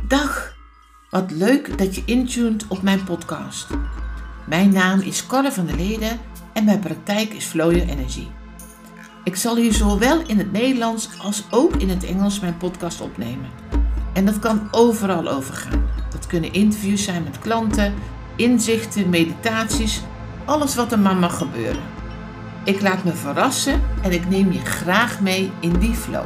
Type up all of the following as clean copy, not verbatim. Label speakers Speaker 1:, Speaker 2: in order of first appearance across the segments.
Speaker 1: Dag, wat leuk dat je intuned op mijn podcast. Mijn naam is Corre van der Leden en mijn praktijk is Flow Your Energy. Ik zal hier zowel in het Nederlands als ook in het Engels mijn podcast opnemen. En dat kan overal over gaan. Dat kunnen interviews zijn met klanten, inzichten, meditaties, alles wat er maar mag gebeuren. Ik laat me verrassen en ik neem je graag mee in die flow.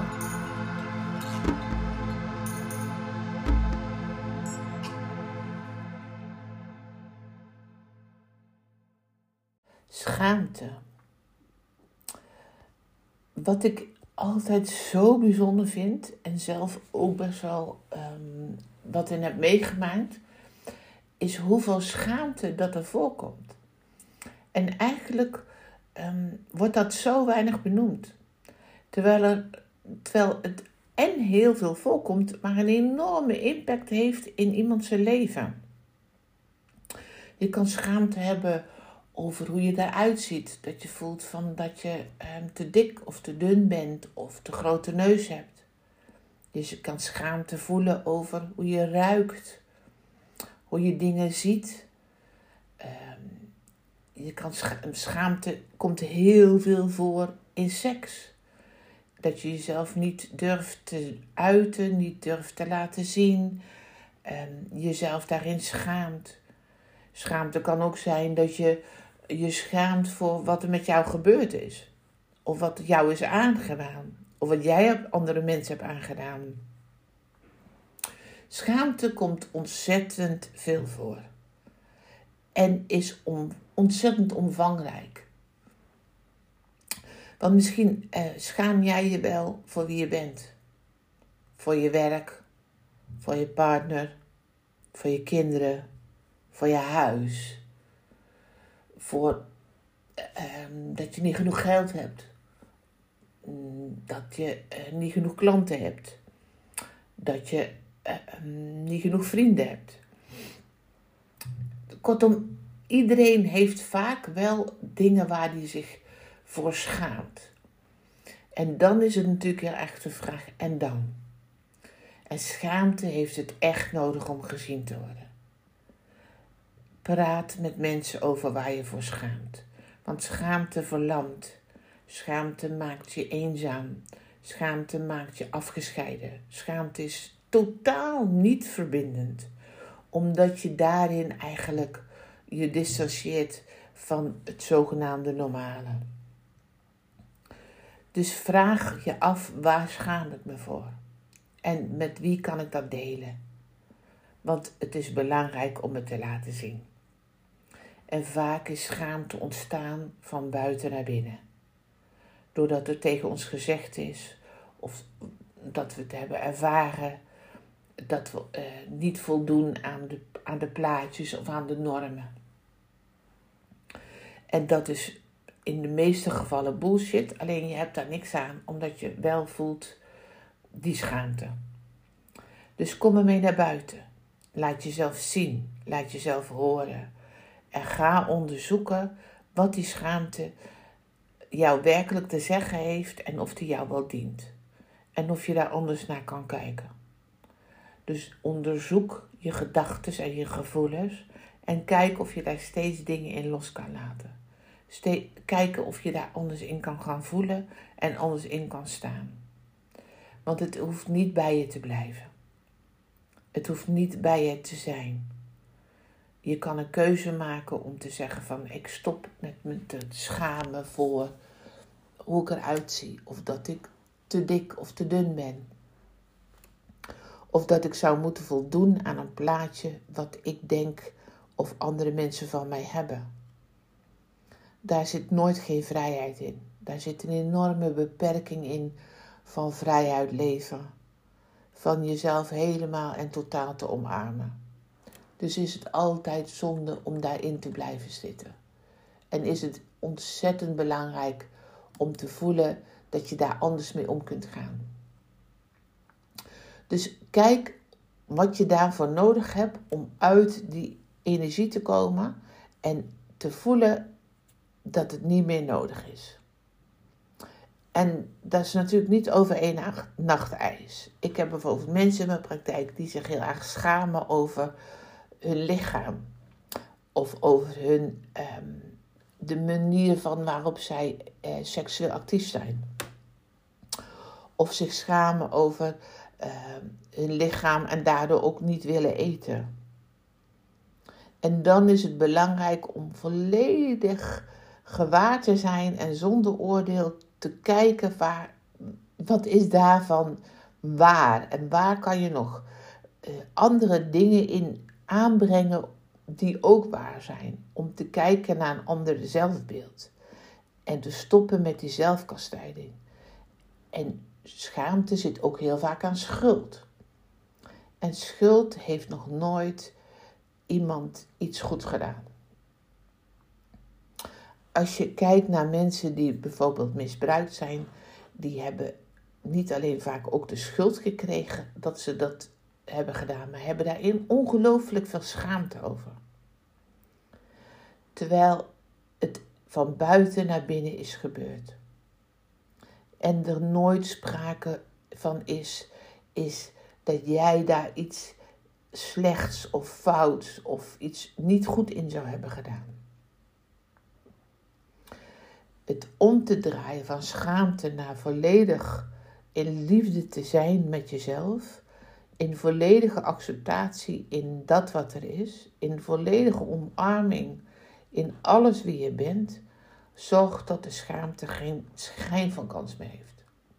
Speaker 1: Schaamte. Wat ik altijd zo bijzonder vind en zelf ook best wel wat in heb meegemaakt, is hoeveel schaamte dat er voorkomt. En eigenlijk wordt dat zo weinig benoemd. Terwijl het en heel veel voorkomt, maar een enorme impact heeft in iemands leven. Je kan schaamte hebben over hoe je eruit ziet. Dat je voelt dat je te dik of te dun bent of te grote neus hebt. Dus je kan schaamte voelen over hoe je ruikt. Hoe je dingen ziet. Schaamte komt heel veel voor in seks. Dat je jezelf niet durft te uiten, niet durft te laten zien. Jezelf daarin schaamt. Schaamte kan ook zijn dat je schaamt voor wat er met jou gebeurd is. Of wat jou is aangedaan. Of wat jij op andere mensen hebt aangedaan. Schaamte komt ontzettend veel voor. En is ontzettend omvangrijk. Want misschien schaam jij je wel voor wie je bent. Voor je werk. Voor je partner. Voor je kinderen. Voor je huis. Voor dat je niet genoeg geld hebt. Dat je niet genoeg klanten hebt. Dat je niet genoeg vrienden hebt. Kortom, iedereen heeft vaak wel dingen waar hij zich voor schaamt. En dan is het natuurlijk heel erg de vraag, en dan? En schaamte heeft het echt nodig om gezien te worden. Praat met mensen over waar je voor schaamt. Want schaamte verlamt. Schaamte maakt je eenzaam. Schaamte maakt je afgescheiden. Schaamte is totaal niet verbindend. Omdat je daarin eigenlijk je distancieert van het zogenaamde normale. Dus vraag je af, waar schaam ik me voor? En met wie kan ik dat delen? Want het is belangrijk om het te laten zien. En vaak is schaamte ontstaan van buiten naar binnen. Doordat er tegen ons gezegd is, of dat we het hebben ervaren, dat we niet voldoen aan de plaatjes of aan de normen. En dat is in de meeste gevallen bullshit, alleen je hebt daar niks aan, omdat je wel voelt die schaamte. Dus kom ermee naar buiten. Laat jezelf zien, laat jezelf horen. En ga onderzoeken wat die schaamte jou werkelijk te zeggen heeft en of die jou wel dient. En of je daar anders naar kan kijken. Dus onderzoek je gedachten en je gevoelens en kijk of je daar steeds dingen in los kan laten. Kijken of je daar anders in kan gaan voelen en anders in kan staan. Want het hoeft niet bij je te blijven. Het hoeft niet bij je te zijn. Je kan een keuze maken om te zeggen van ik stop met me te schamen voor hoe ik eruit zie. Of dat ik te dik of te dun ben. Of dat ik zou moeten voldoen aan een plaatje wat ik denk of andere mensen van mij hebben. Daar zit nooit geen vrijheid in. Daar zit een enorme beperking in van vrijheid leven. Van jezelf helemaal en totaal te omarmen. Dus is het altijd zonde om daarin te blijven zitten. En is het ontzettend belangrijk om te voelen dat je daar anders mee om kunt gaan. Dus kijk wat je daarvoor nodig hebt om uit die energie te komen en te voelen dat het niet meer nodig is. En dat is natuurlijk niet over één nacht ijs. Ik heb bijvoorbeeld mensen in mijn praktijk die zich heel erg schamen over hun lichaam. Of over de manier van waarop zij seksueel actief zijn. Of zich schamen over hun lichaam en daardoor ook niet willen eten. En dan is het belangrijk om volledig gewaar te zijn en zonder oordeel te kijken wat is daarvan waar. En waar kan je nog andere dingen in aanbrengen die ook waar zijn. Om te kijken naar een ander zelfbeeld. En te stoppen met die zelfkastijding. En schaamte zit ook heel vaak aan schuld. En schuld heeft nog nooit iemand iets goed gedaan. Als je kijkt naar mensen die bijvoorbeeld misbruikt zijn, die hebben niet alleen vaak ook de schuld gekregen dat ze dat hebben gedaan, maar hebben daarin ongelooflijk veel schaamte over. Terwijl het van buiten naar binnen is gebeurd. En er nooit sprake van is dat jij daar iets slechts of fouts of iets niet goed in zou hebben gedaan. Het om te draaien van schaamte naar volledig in liefde te zijn met jezelf, in volledige acceptatie in dat wat er is, in volledige omarming in alles wie je bent, zorgt dat de schaamte geen schijn van kans meer heeft.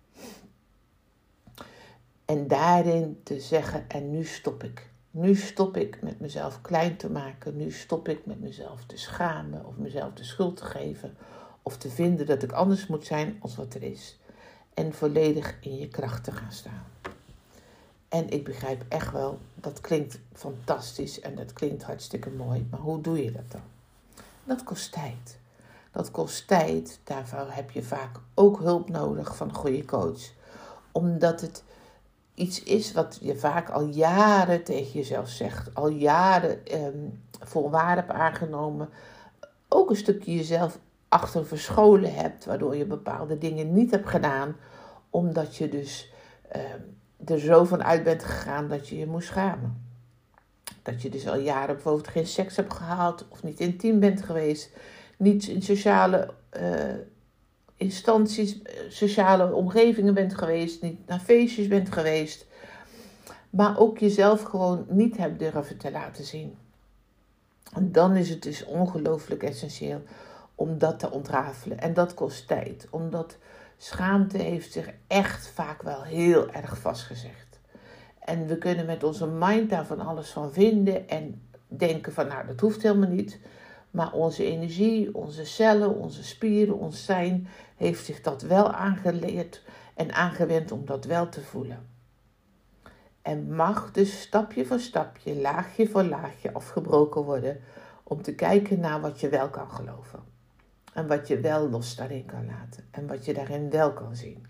Speaker 1: En daarin te zeggen, en nu stop ik. Nu stop ik met mezelf klein te maken. Nu stop ik met mezelf te schamen of mezelf de schuld te geven. Of te vinden dat ik anders moet zijn als wat er is. En volledig in je kracht te gaan staan. En ik begrijp echt wel, dat klinkt fantastisch en dat klinkt hartstikke mooi. Maar hoe doe je dat dan? Dat kost tijd. Dat kost tijd. Daarvoor heb je vaak ook hulp nodig van een goede coach. Omdat het iets is wat je vaak al jaren tegen jezelf zegt. Al jaren voor waar hebt aangenomen. Ook een stukje jezelf achter verscholen hebt. Waardoor je bepaalde dingen niet hebt gedaan. Omdat je dus er zo van uit bent gegaan dat je je moest schamen. Dat je dus al jaren bijvoorbeeld geen seks hebt gehad. Of niet intiem bent geweest. Niet in sociale instanties, sociale omgevingen bent geweest. Niet naar feestjes bent geweest. Maar ook jezelf gewoon niet hebt durven te laten zien. En dan is het dus ongelooflijk essentieel om dat te ontrafelen. En dat kost tijd. Omdat schaamte heeft zich echt vaak wel heel erg vastgezegd. En we kunnen met onze mind daar van alles van vinden. En denken van nou dat hoeft helemaal niet. Maar onze energie, onze cellen, onze spieren, ons zijn heeft zich dat wel aangeleerd en aangewend om dat wel te voelen. En mag dus stapje voor stapje, laagje voor laagje afgebroken worden om te kijken naar wat je wel kan geloven. En wat je wel los daarin kan laten. En wat je daarin wel kan zien.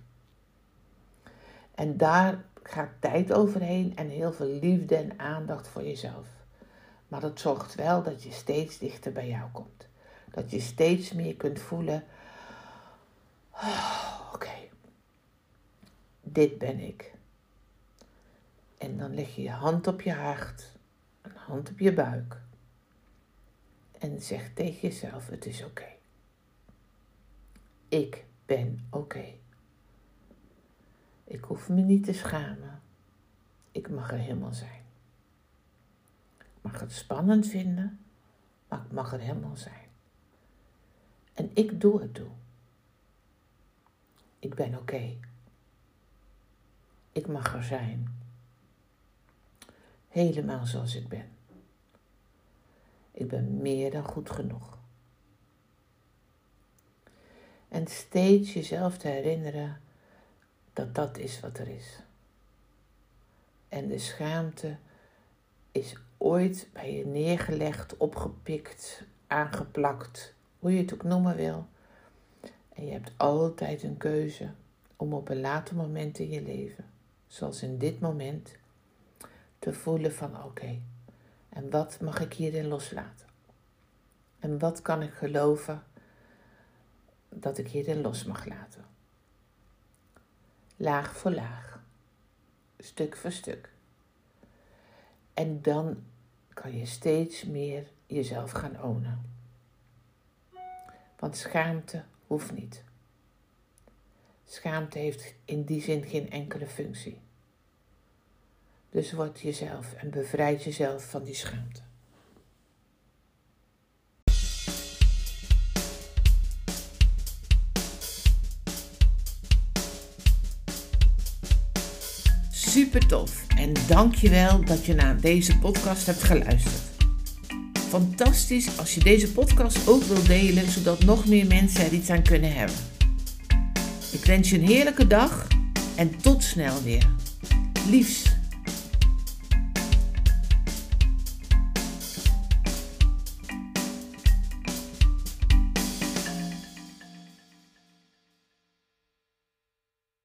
Speaker 1: En daar gaat tijd overheen en heel veel liefde en aandacht voor jezelf. Maar dat zorgt wel dat je steeds dichter bij jou komt. Dat je steeds meer kunt voelen. Oké, dit ben ik. En dan leg je je hand op je hart. Een hand op je buik. En zeg tegen jezelf, het is oké. Ik ben oké. Ik hoef me niet te schamen. Ik mag er helemaal zijn. Ik mag het spannend vinden, maar ik mag er helemaal zijn. En ik doe het toe. Ik ben oké. Ik mag er zijn. Helemaal zoals ik ben. Ik ben meer dan goed genoeg. En steeds jezelf te herinneren dat dat is wat er is. En de schaamte is ooit bij je neergelegd, opgepikt, aangeplakt, hoe je het ook noemen wil. En je hebt altijd een keuze om op een later moment in je leven, zoals in dit moment, te voelen van oké, en wat mag ik hierin loslaten? En wat kan ik geloven dat ik hierin los mag laten? laag voor laag, stuk voor stuk. En dan kan je steeds meer jezelf gaan ownen. Want schaamte hoeft niet. Schaamte heeft in die zin geen enkele functie. Dus word jezelf en bevrijd jezelf van die schaamte. Super tof en dankjewel dat je naar deze podcast hebt geluisterd. Fantastisch als je deze podcast ook wilt delen, zodat nog meer mensen er iets aan kunnen hebben. Ik wens je een heerlijke dag en tot snel weer. Liefs.